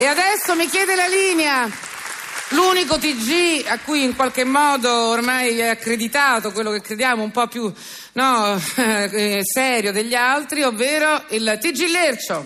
E adesso mi chiede la linea l'unico TG a cui in qualche modo ormai è accreditato quello che crediamo un po' più serio degli altri, ovvero il TG Lercio.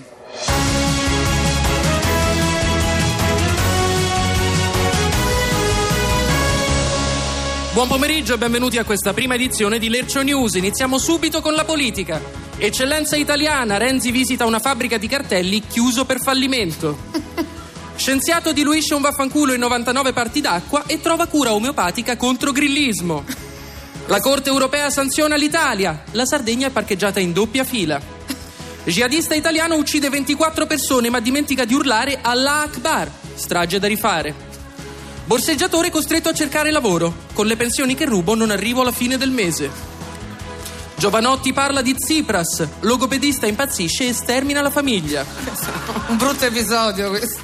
Buon pomeriggio e benvenuti a questa prima edizione di Lercio News. Iniziamo subito con la politica. Eccellenza italiana, Renzi visita una fabbrica di cartelli chiuso per fallimento. Scienziato diluisce un vaffanculo in 99 parti d'acqua e trova cura omeopatica contro grillismo. La Corte europea sanziona l'Italia. La Sardegna è parcheggiata in doppia fila. Jihadista italiano uccide 24 persone ma dimentica di urlare Allah Akbar. Strage da rifare. Borseggiatore costretto a cercare lavoro. Con le pensioni che rubo non arrivo alla fine del mese. Giovanotti parla di Tsipras. Logopedista impazzisce e stermina la famiglia. Un brutto episodio questo.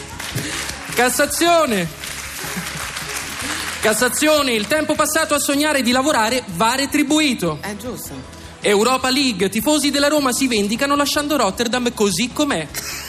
Cassazione, il tempo passato a sognare di lavorare va retribuito. È giusto. Europa League, tifosi della Roma si vendicano lasciando Rotterdam così com'è.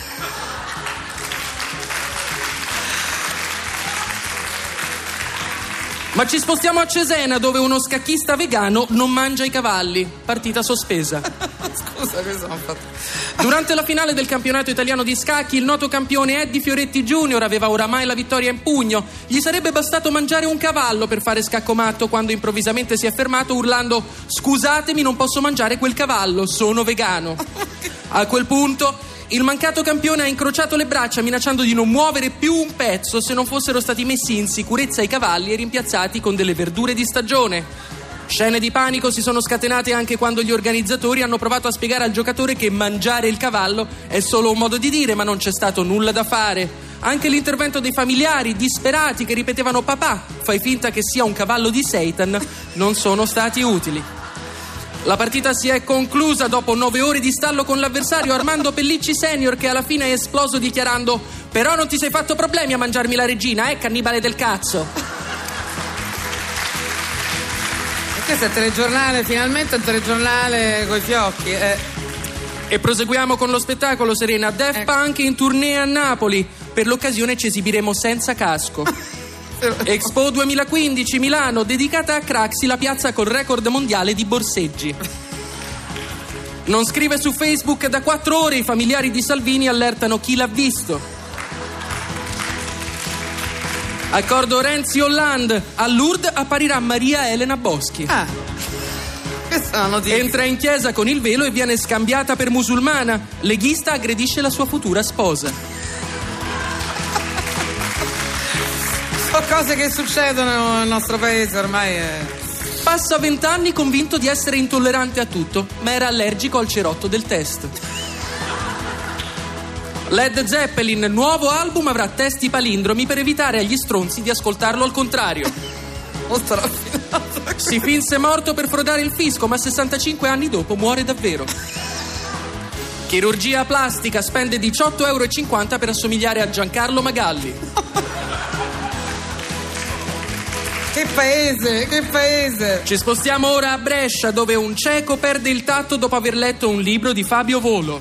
Ma ci spostiamo a Cesena, dove uno scacchista vegano non mangia i cavalli. Partita sospesa. Scusa, questo non ho fatto. Durante la finale del campionato italiano di scacchi, il noto campione Eddie Fioretti Jr. aveva oramai la vittoria in pugno. Gli sarebbe bastato mangiare un cavallo per fare scaccomatto, quando improvvisamente si è fermato urlando: "Scusatemi, non posso mangiare quel cavallo, sono vegano". A quel punto il mancato campione ha incrociato le braccia minacciando di non muovere più un pezzo se non fossero stati messi in sicurezza i cavalli e rimpiazzati con delle verdure di stagione. Scene di panico si sono scatenate anche quando gli organizzatori hanno provato a spiegare al giocatore che mangiare il cavallo è solo un modo di dire, ma non c'è stato nulla da fare. Anche l'intervento dei familiari disperati che ripetevano: "Papà, fai finta che sia un cavallo di Satan", non sono stati utili. La partita si è conclusa dopo 9 ore di stallo con l'avversario Armando Pellicci Senior, che alla fine è esploso dichiarando: "Però non ti sei fatto problemi a mangiarmi la regina, cannibale del cazzo". Questo è il telegiornale, finalmente un telegiornale coi fiocchi. E proseguiamo con lo spettacolo, Serena. Daft Punk in tournée a Napoli. Per l'occasione ci esibiremo senza casco. Expo 2015 Milano, dedicata a Craxi, la piazza col record mondiale di borseggi. Non scrive su Facebook da 4 ore, i familiari di Salvini allertano chi l'ha visto. Accordo Renzi-Hollande, a Lourdes apparirà Maria Elena Boschi. Questa è una notizia. Entra in chiesa con il velo e viene scambiata per musulmana. Leghista aggredisce la sua futura sposa. Sono cose che succedono nel nostro paese ormai. Passa 20 anni convinto di essere intollerante a tutto, ma era allergico al cerotto del test. Led Zeppelin, nuovo album avrà testi palindromi per evitare agli stronzi di ascoltarlo al contrario. Molto raffinato. Si finse morto per frodare il fisco, ma 65 anni dopo muore davvero. Chirurgia plastica, spende 18,50 € per assomigliare a Giancarlo Magalli. Che paese! Ci spostiamo ora a Brescia, dove un cieco perde il tatto dopo aver letto un libro di Fabio Volo.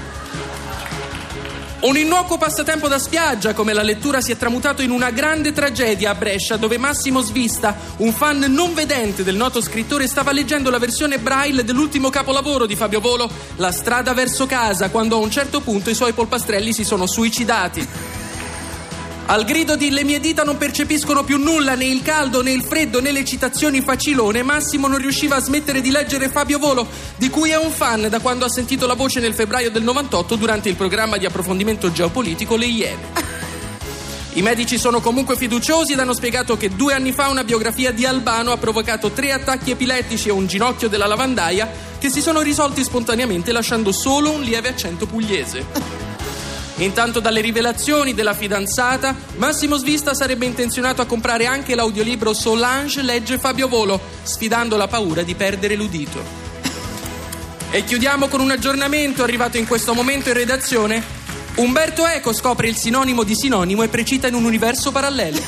Un innocuo passatempo da spiaggia, come la lettura, si è tramutato in una grande tragedia a Brescia, dove Massimo Svista, un fan non vedente del noto scrittore, stava leggendo la versione braille dell'ultimo capolavoro di Fabio Volo, La strada verso casa, quando a un certo punto i suoi polpastrelli si sono suicidati. Al grido di "le mie dita non percepiscono più nulla, né il caldo, né il freddo, né le citazioni facilone", Massimo non riusciva a smettere di leggere Fabio Volo, di cui è un fan da quando ha sentito la voce nel febbraio del 98 durante il programma di approfondimento geopolitico Le Iene. I medici sono comunque fiduciosi ed hanno spiegato che 2 anni fa una biografia di Albano ha provocato 3 attacchi epilettici e un ginocchio della lavandaia che si sono risolti spontaneamente lasciando solo un lieve accento pugliese. Intanto, dalle rivelazioni della fidanzata, Massimo Svista sarebbe intenzionato a comprare anche l'audiolibro Solange legge Fabio Volo, sfidando la paura di perdere l'udito. E chiudiamo con un aggiornamento arrivato in questo momento in redazione. Umberto Eco scopre il sinonimo di sinonimo e precita in un universo parallelo.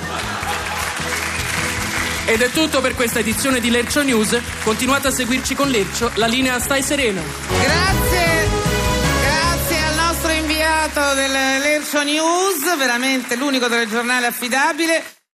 Ed è tutto per questa edizione di Lercio News. Continuate a seguirci con Lercio, la linea Stai Serena. Grazie al nostro inviato dato del Lercio News, veramente l'unico telegiornale affidabile.